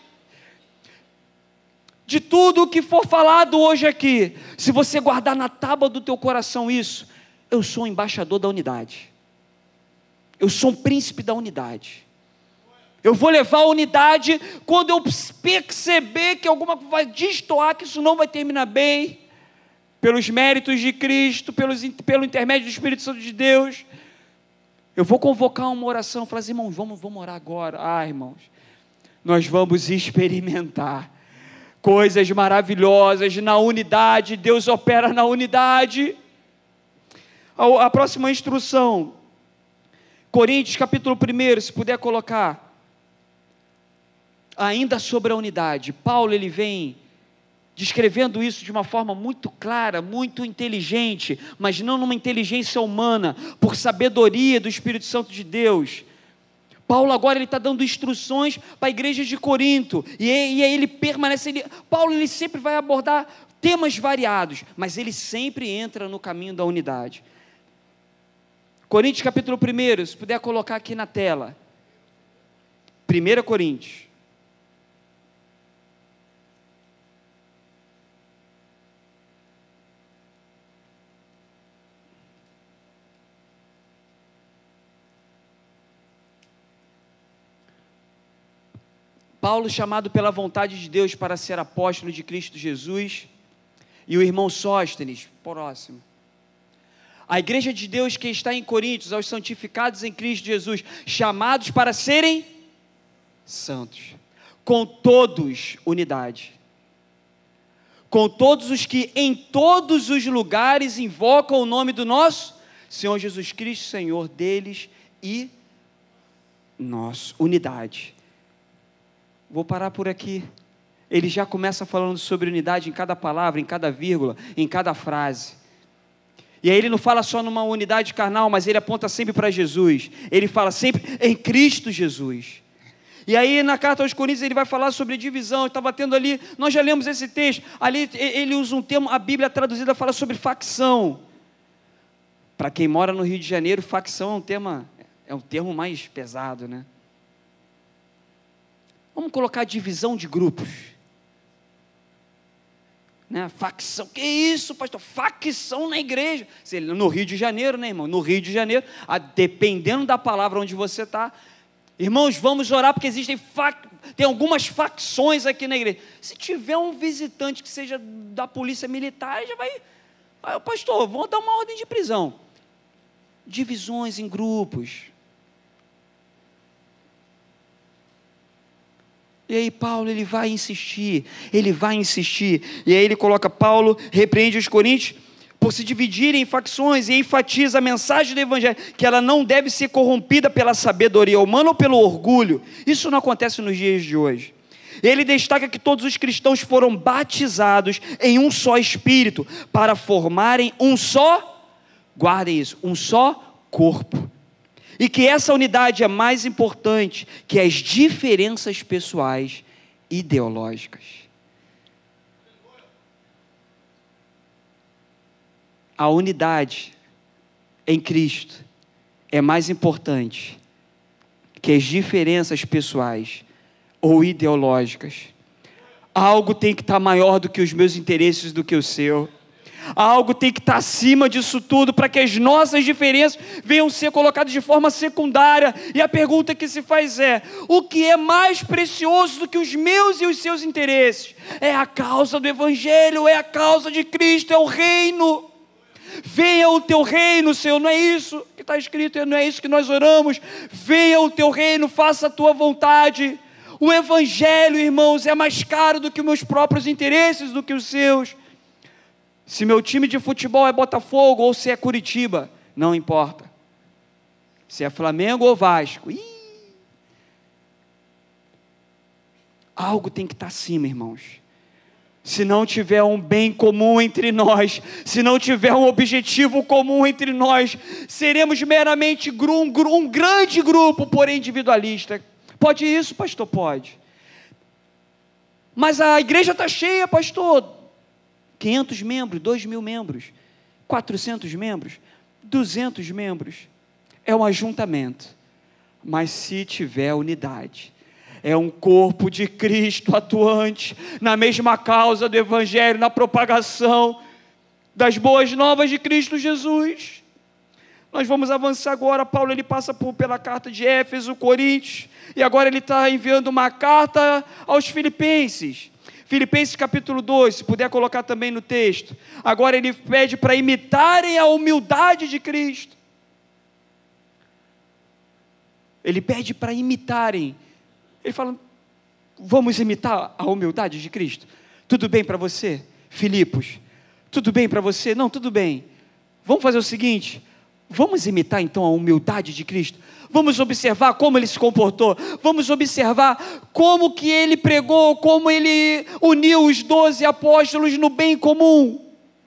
De tudo o que for falado hoje aqui, se você guardar na tábua do teu coração isso: eu sou um embaixador da unidade, eu sou um príncipe da unidade, eu vou levar a unidade. Quando eu perceber que alguma coisa vai destoar, que isso não vai terminar bem, pelos méritos de Cristo, pelos, pelo intermédio do Espírito Santo de Deus, eu vou convocar uma oração, falar assim: irmãos, vamos, vamos orar agora. Ah, irmãos, nós vamos experimentar coisas maravilhosas na unidade. Deus opera na unidade. A, a próxima instrução, Coríntios capítulo um, se puder colocar, ainda sobre a unidade. Paulo, ele vem descrevendo isso de uma forma muito clara, muito inteligente, mas não numa inteligência humana, por sabedoria do Espírito Santo de Deus. Paulo agora ele está dando instruções para a igreja de Corinto, e, e aí ele permanece, ele, Paulo ele sempre vai abordar temas variados, mas ele sempre entra no caminho da unidade. Coríntios capítulo um, se puder colocar aqui na tela, primeira Coríntios, Paulo, chamado pela vontade de Deus para ser apóstolo de Cristo Jesus, e o irmão Sóstenes, próximo. A igreja de Deus que está em Coríntios, aos santificados em Cristo Jesus, chamados para serem santos, com todos unidade, com todos os que em todos os lugares invocam o nome do nosso Senhor Jesus Cristo, Senhor deles e nosso, unidade. Vou parar por aqui. Ele já começa falando sobre unidade em cada palavra, em cada vírgula, em cada frase. E aí ele não fala só numa unidade carnal, mas ele aponta sempre para Jesus. Ele fala sempre em Cristo Jesus. E aí na carta aos Coríntios ele vai falar sobre divisão. Estava tendo ali, nós já lemos esse texto, ali ele usa um termo, a Bíblia traduzida fala sobre facção. Para quem mora no Rio de Janeiro, facção é um tema, é um termo mais pesado, né? Vamos colocar divisão de grupos, né? Facção, que isso, pastor? Facção na igreja. No Rio de Janeiro, né, irmão? No Rio de Janeiro, a, dependendo da palavra onde você está. Irmãos, vamos orar, porque existem fac, tem algumas facções aqui na igreja. Se tiver um visitante que seja da polícia militar, já vai, ah, pastor, vou dar uma ordem de prisão. Divisões em grupos. E aí Paulo, ele vai insistir, ele vai insistir, e aí ele coloca: Paulo repreende os coríntios por se dividirem em facções, e enfatiza a mensagem do evangelho, que ela não deve ser corrompida pela sabedoria humana ou pelo orgulho. Isso não acontece nos dias de hoje. Ele destaca que todos os cristãos foram batizados em um só Espírito, para formarem um só, guardem isso, um só corpo. E que essa unidade é mais importante que as diferenças pessoais ideológicas. A unidade em Cristo é mais importante que as diferenças pessoais ou ideológicas. algo tem que estar maior do que os meus interesses, do que o seu. Algo tem que estar acima disso tudo, para que as nossas diferenças venham ser colocadas de forma secundária. E a pergunta que se faz é: o que é mais precioso do que os meus e os seus interesses? É a causa do Evangelho, é a causa de Cristo, é o reino. Venha o teu reino, Senhor, não é isso que está escrito, não é isso que nós oramos. Venha o teu reino, faça a tua vontade. O Evangelho, irmãos, é mais caro do que os meus próprios interesses, do que os seus. Se meu time de futebol é Botafogo ou se é Curitiba, não importa. Se é Flamengo ou Vasco, ih, algo tem que estar acima, irmãos. Se não tiver um bem comum entre nós, se não tiver um objetivo comum entre nós, seremos meramente um, um grande grupo, porém individualista. Pode isso, pastor? Pode. Mas a igreja está cheia, pastor. quinhentos membros, dois mil membros, quatrocentos membros, duzentos membros. É um ajuntamento. Mas se tiver unidade, é um corpo de Cristo atuante na mesma causa do Evangelho, na propagação das boas novas de Cristo Jesus. Nós vamos avançar agora. Paulo ele passa por, pela carta de Éfeso, Coríntios, e agora ele está enviando uma carta aos Filipenses. Filipenses capítulo dois, se puder colocar também no texto. Agora ele pede para imitarem a humildade de Cristo. Ele pede para imitarem. Ele fala: vamos imitar a humildade de Cristo? Tudo bem para você, Filipos? Tudo bem para você? Não, tudo bem. Vamos fazer o seguinte: vamos imitar então a humildade de Cristo. Vamos observar como ele se comportou. Vamos observar como que ele pregou, como ele uniu os doze apóstolos no bem comum.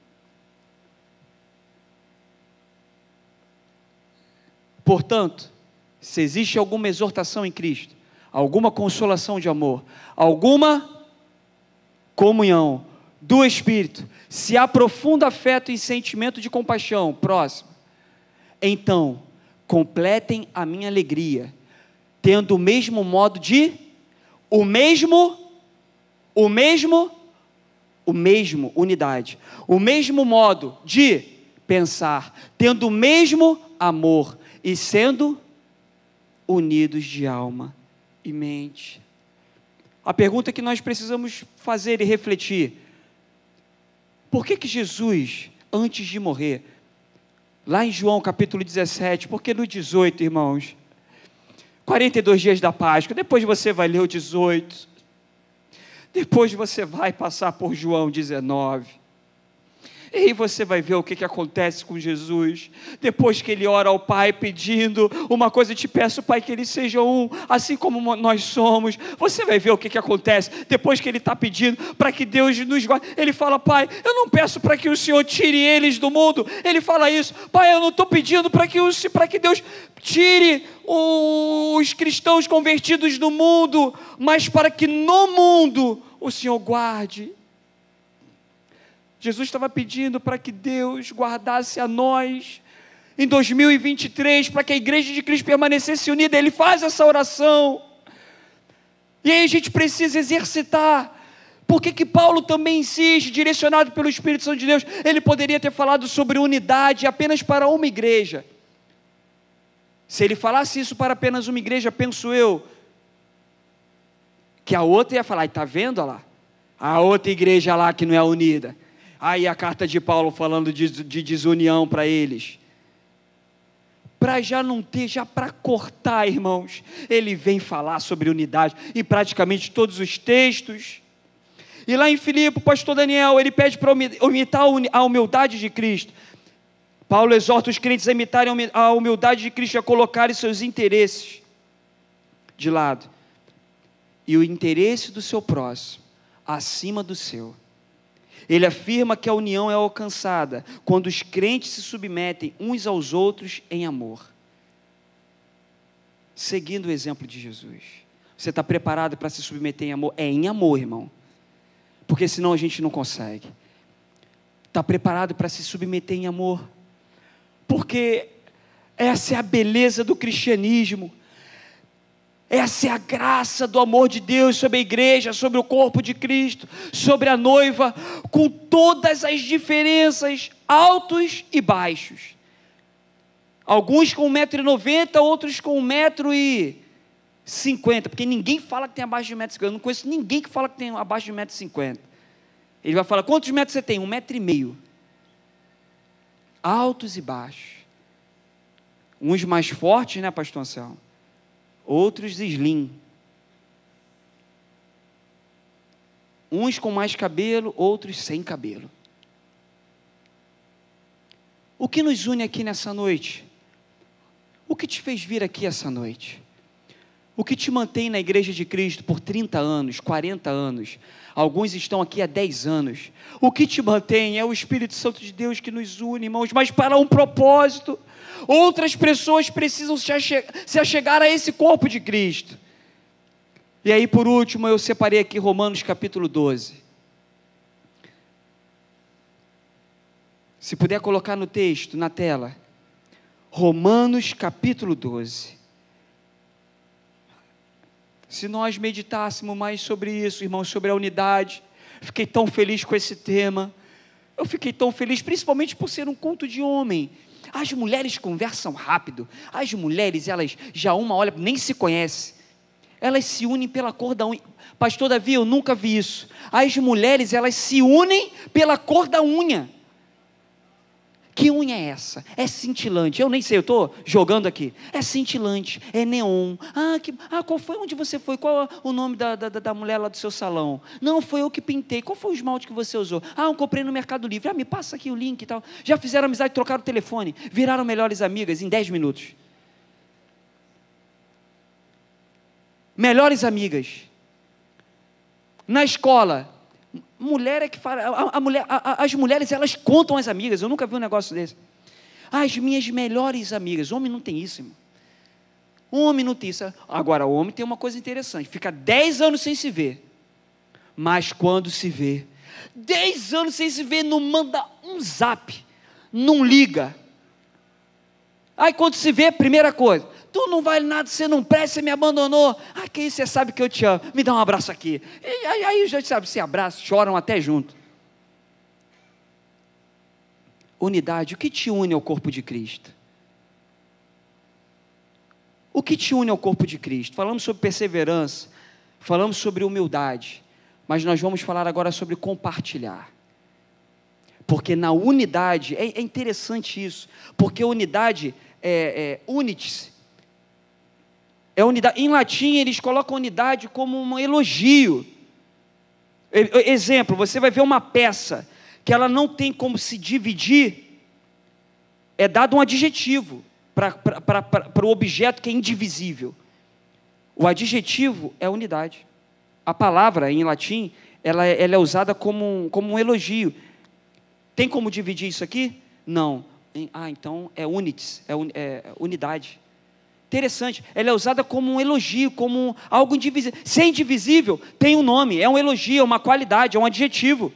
Portanto, se existe alguma exortação em Cristo, alguma consolação de amor, alguma comunhão do Espírito, se há profundo afeto e sentimento de compaixão, próximo, então completem a minha alegria, tendo o mesmo modo de, o mesmo, o mesmo, o mesmo, unidade, o mesmo modo de pensar, tendo o mesmo amor e sendo unidos de alma e mente. A pergunta que nós precisamos fazer e refletir: por que que Jesus, antes de morrer, lá em João capítulo dezessete, porque no dezoito, irmãos, quarenta e dois dias da Páscoa, depois você vai ler o dezoito, depois você vai passar por João dezenove, e aí você vai ver o que, que acontece com Jesus, depois que ele ora ao Pai pedindo uma coisa: te peço, Pai, que eles sejam um, assim como nós somos. Você vai ver o que, que acontece, depois que ele está pedindo para que Deus nos guarde, ele fala: Pai, eu não peço para que o Senhor tire eles do mundo, ele fala isso: Pai, eu não estou pedindo para que, para que Deus tire os cristãos convertidos do mundo, mas para que no mundo o Senhor guarde. Jesus estava pedindo para que Deus guardasse a nós em dois mil e vinte e três, para que a igreja de Cristo permanecesse unida. Ele faz essa oração, e aí a gente precisa exercitar. Por que que Paulo também insiste, direcionado pelo Espírito Santo de Deus? Ele poderia ter falado sobre unidade apenas para uma igreja. Se ele falasse isso para apenas uma igreja, penso eu, que a outra ia falar: está vendo, olha lá, a outra igreja lá que não é unida. Aí a carta de Paulo falando de, de desunião para eles. Para já não ter, já para cortar, irmãos, ele vem falar sobre unidade em praticamente todos os textos. E lá em Filipe, o pastor Daniel, ele pede para imitar a humildade de Cristo. Paulo exorta os crentes a imitarem a humildade de Cristo, a colocarem seus interesses de lado, e o interesse do seu próximo acima do seu. Ele afirma que a união é alcançada quando os crentes se submetem uns aos outros em amor, seguindo o exemplo de Jesus. Você está preparado para se submeter em amor? É em amor, irmão, porque senão a gente não consegue. Está preparado para se submeter em amor? Porque essa é a beleza do cristianismo. Essa é a graça do amor de Deus sobre a igreja, sobre o corpo de Cristo, sobre a noiva, com todas as diferenças, altos e baixos. Alguns com um metro e noventa, outros com um metro e cinquenta, porque ninguém fala que tem abaixo de um metro e cinquenta. Eu não conheço ninguém que fala que tem abaixo de um metro e cinquenta. Ele vai falar, quantos metros você tem? Um metro e meio. Altos e baixos. Uns mais fortes, né, pastor Anselmo? Outros slim. Uns com mais cabelo, outros sem cabelo. O que nos une aqui nessa noite? O que te fez vir aqui essa noite? O que te mantém na igreja de Cristo por trinta anos, quarenta anos? Alguns estão aqui há dez anos. O que te mantém é o Espírito Santo de Deus que nos une, irmãos, mas para um propósito. Outras pessoas precisam se achegar a esse corpo de Cristo. E aí, por último, eu separei aqui Romanos capítulo doze. Se puder colocar no texto, na tela. Romanos capítulo doze. Se nós meditássemos mais sobre isso, irmãos, sobre a unidade, fiquei tão feliz com esse tema. Eu fiquei tão feliz, principalmente por ser um culto de homem. As mulheres conversam rápido. As mulheres, elas já uma olha, nem se conhecem. Elas se unem pela cor da unha. Pastor Davi, eu nunca vi isso. As mulheres, elas se unem pela cor da unha. Que unha é essa? É cintilante. Eu nem sei, eu estou jogando aqui. É cintilante, é neon. Ah, que, ah, qual foi? Onde você foi? Qual é o nome da, da, da mulher lá do seu salão? Não, foi eu que pintei. Qual foi o esmalte que você usou? Ah, eu comprei no Mercado Livre. Ah, me passa aqui o link e tal. Já fizeram amizade, trocaram o telefone. Viraram melhores amigas em dez minutos. Melhores amigas. Na escola. Mulher é que fala, a, a mulher, a, a, as mulheres, elas contam as amigas. Eu nunca vi um negócio desse. As minhas melhores amigas. Homem não tem isso, irmão. Homem não tem isso. Agora, o homem tem uma coisa interessante. Fica dez anos sem se ver. Mas quando se vê, dez anos sem se ver, não manda um zap. Não liga. Aí quando se vê, primeira coisa. Tu não vale nada, você não presta, você me abandonou. Ah, que isso, você sabe que eu te amo. Me dá um abraço aqui. E aí, aí já sabe, se abraçam, choram até junto. Unidade, o que te une ao corpo de Cristo? O que te une ao corpo de Cristo? Falamos sobre perseverança, falamos sobre humildade, mas nós vamos falar agora sobre compartilhar. Porque na unidade, é, é interessante isso, porque a unidade é, é unitis. É unidade. Em latim, eles colocam unidade como um elogio. Exemplo, você vai ver uma peça que ela não tem como se dividir, é dado um adjetivo para o objeto que é indivisível. O adjetivo é unidade. A palavra, em latim, ela, ela é usada como um, como um elogio. Tem como dividir isso aqui? Não. Ah, então é unitis, é, un, é unidade. Interessante, ela é usada como um elogio, como algo indivisível. Se é indivisível, tem um nome, é um elogio, é uma qualidade, é um adjetivo.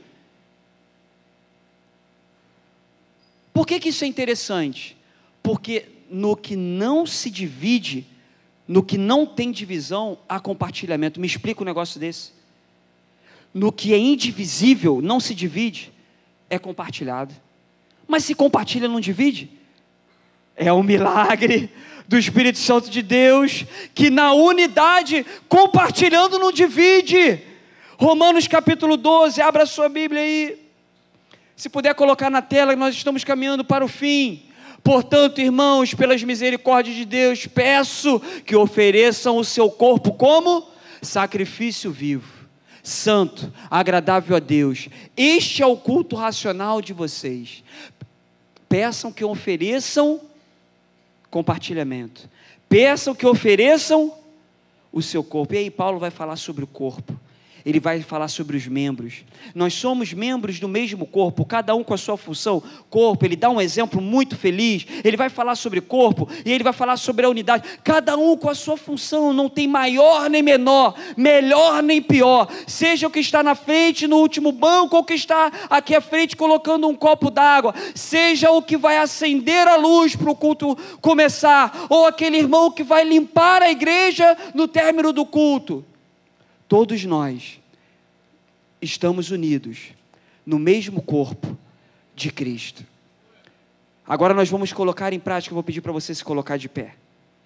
Por que que isso é interessante? Porque no que não se divide, no que não tem divisão, há compartilhamento. Me explica um negócio desse. No que é indivisível, não se divide, é compartilhado. Mas se compartilha, não divide? É um milagre do Espírito Santo de Deus, que na unidade, compartilhando, não divide. Romanos capítulo doze, abra a sua Bíblia aí. Se puder colocar na tela, nós estamos caminhando para o fim. Portanto, irmãos, pelas misericórdias de Deus, peço que ofereçam o seu corpo como sacrifício vivo, santo, agradável a Deus. Este é o culto racional de vocês. Peçam que ofereçam compartilhamento. Peçam que ofereçam o seu corpo. E aí Paulo vai falar sobre o corpo. ele vai falar sobre os membros. Nós somos membros do mesmo corpo, cada um com a sua função. Corpo, ele dá um exemplo muito feliz. Ele vai falar sobre corpo e ele vai falar sobre a unidade. Cada um com a sua função, não tem maior nem menor, melhor nem pior. Seja o que está na frente, no último banco, ou o que está aqui à frente colocando um copo d'água. Seja o que vai acender a luz para o culto começar, ou aquele irmão que vai limpar a igreja no término do culto. Todos nós estamos unidos no mesmo corpo de Cristo. Agora nós vamos colocar em prática, eu vou pedir para você se colocar de pé.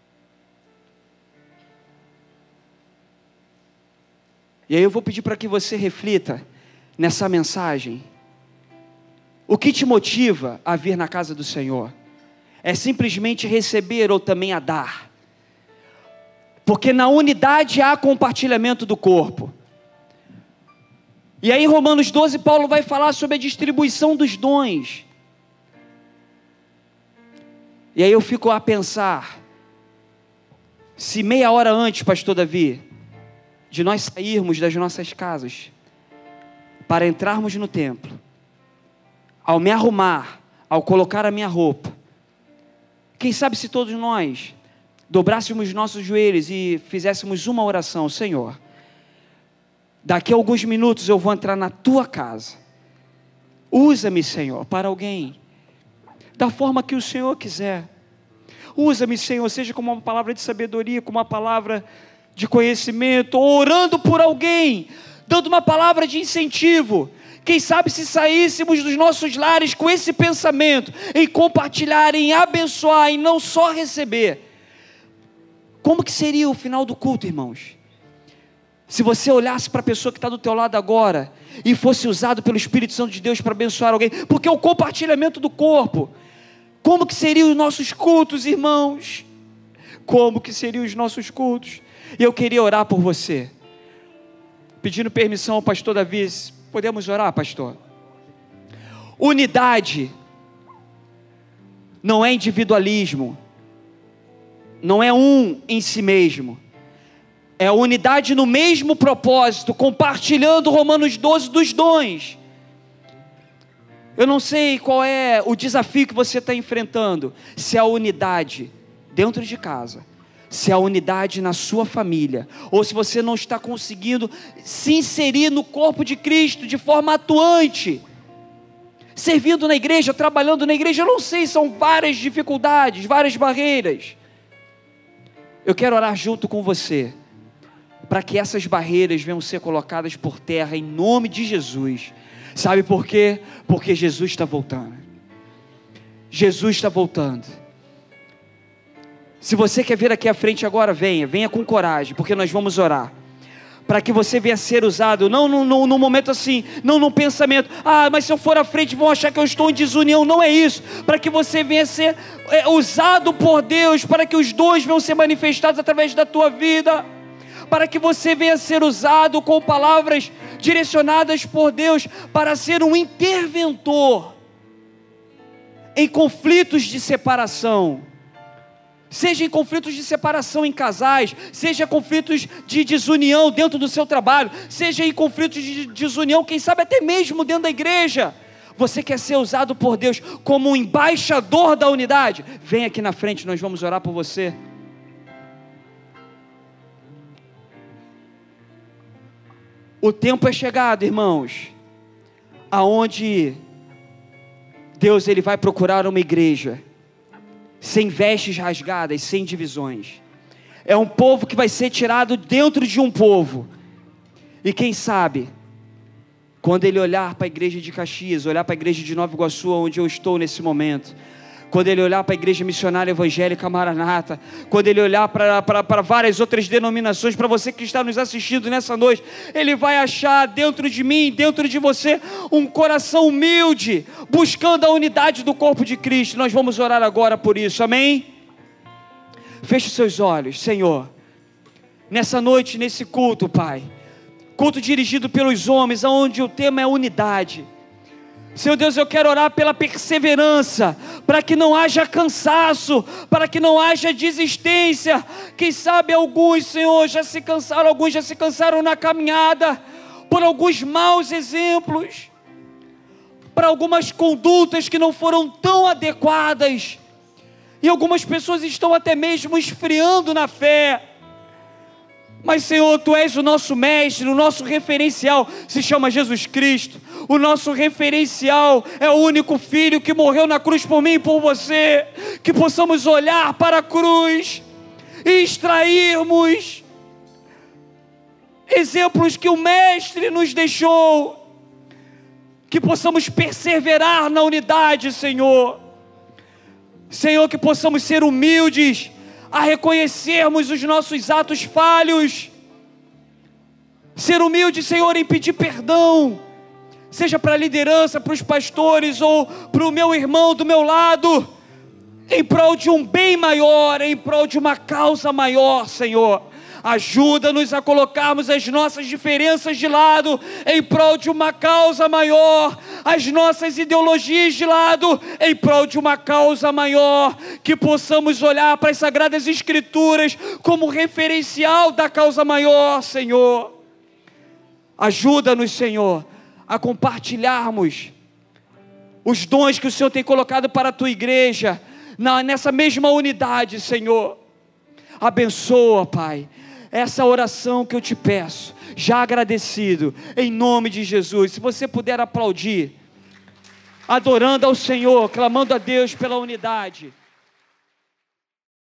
E aí eu vou pedir para que você reflita nessa mensagem. O que te motiva a vir na casa do Senhor? É simplesmente receber ou também a dar? Porque na unidade há compartilhamento do corpo. E aí em Romanos doze, Paulo vai falar sobre a distribuição dos dons. E aí eu fico a pensar, se meia hora antes, pastor Davi, de nós sairmos das nossas casas, para entrarmos no templo, ao me arrumar, ao colocar a minha roupa, quem sabe se todos nós dobrássemos nossos joelhos e fizéssemos uma oração: Senhor, daqui a alguns minutos eu vou entrar na tua casa, usa-me, Senhor, para alguém, da forma que o Senhor quiser. Usa-me, Senhor, seja como uma palavra de sabedoria, como uma palavra de conhecimento, ou orando por alguém, dando uma palavra de incentivo. Quem sabe se saíssemos dos nossos lares com esse pensamento, em compartilhar, em abençoar, em não só receber. Como que seria o final do culto, irmãos? Se você olhasse para a pessoa que está do teu lado agora, e fosse usado pelo Espírito Santo de Deus para abençoar alguém, porque é o compartilhamento do corpo. Como que seriam os nossos cultos, irmãos? Como que seriam os nossos cultos? E eu queria orar por você, pedindo permissão ao pastor Davi. Podemos orar, pastor? Unidade não é individualismo, não é um em si mesmo, é unidade no mesmo propósito, compartilhando Romanos doze dos dons. Eu não sei qual é o desafio que você está enfrentando, se é a unidade dentro de casa, se é a unidade na sua família, ou se você não está conseguindo se inserir no corpo de Cristo de forma atuante, servindo na igreja, trabalhando na igreja. Eu não sei, são várias dificuldades, várias barreiras. Eu quero orar junto com você, para que essas barreiras venham ser colocadas por terra em nome de Jesus. Sabe por quê? Porque Jesus está voltando. Jesus está voltando. Se você quer vir aqui à frente agora, venha, venha com coragem, porque nós vamos orar, para que você venha ser usado, não num, num momento assim, não num pensamento, ah, mas se eu for à frente vão achar que eu estou em desunião. Não é isso, para que você venha ser é, usado por Deus, para que os dons venham ser manifestados através da tua vida, para que você venha ser usado com palavras direcionadas por Deus, para ser um interventor em conflitos de separação, seja em conflitos de separação em casais, seja conflitos de desunião dentro do seu trabalho, seja em conflitos de desunião, quem sabe até mesmo dentro da igreja. Você quer ser usado por Deus como um embaixador da unidade? Vem aqui na frente, nós vamos orar por você. O tempo é chegado, irmãos, aonde Deus ele vai procurar uma igreja sem vestes rasgadas, sem divisões. É um povo que vai ser tirado dentro de um povo. E quem sabe, quando ele olhar para a igreja de Caxias, olhar para a igreja de Nova Iguaçu, onde eu estou nesse momento, quando ele olhar para a igreja missionária evangélica Maranata, quando ele olhar para, para, para várias outras denominações, para você que está nos assistindo nessa noite, ele vai achar dentro de mim, dentro de você, um coração humilde, buscando a unidade do corpo de Cristo. Nós vamos orar agora por isso, amém? Feche os seus olhos. Senhor, nessa noite, nesse culto, Pai, culto dirigido pelos homens, onde o tema é unidade. Senhor Deus, eu quero orar pela perseverança, para que não haja cansaço, para que não haja desistência. Quem sabe alguns, Senhor, já se cansaram, alguns já se cansaram na caminhada, por alguns maus exemplos, para algumas condutas que não foram tão adequadas, e algumas pessoas estão até mesmo esfriando na fé. Mas, Senhor, Tu és o nosso mestre, o nosso referencial se chama Jesus Cristo. O nosso referencial é o único Filho que morreu na cruz por mim e por você. Que possamos olhar para a cruz e extrairmos exemplos que o Mestre nos deixou. Que possamos perseverar na unidade, Senhor. Senhor, que possamos ser humildes a reconhecermos os nossos atos falhos, ser humilde, Senhor, em pedir perdão, seja para a liderança, para os pastores, ou para o meu irmão do meu lado, em prol de um bem maior, em prol de uma causa maior, Senhor. Ajuda-nos a colocarmos as nossas diferenças de lado, em prol de uma causa maior, as nossas ideologias de lado, em prol de uma causa maior, que possamos olhar para as Sagradas Escrituras como referencial da causa maior, Senhor. Ajuda-nos, Senhor, a compartilharmos os dons que o Senhor tem colocado para a Tua igreja, na, nessa mesma unidade, Senhor. Abençoa, Pai, essa oração que eu te peço, já agradecido, em nome de Jesus. Se você puder aplaudir, adorando ao Senhor, clamando a Deus pela unidade.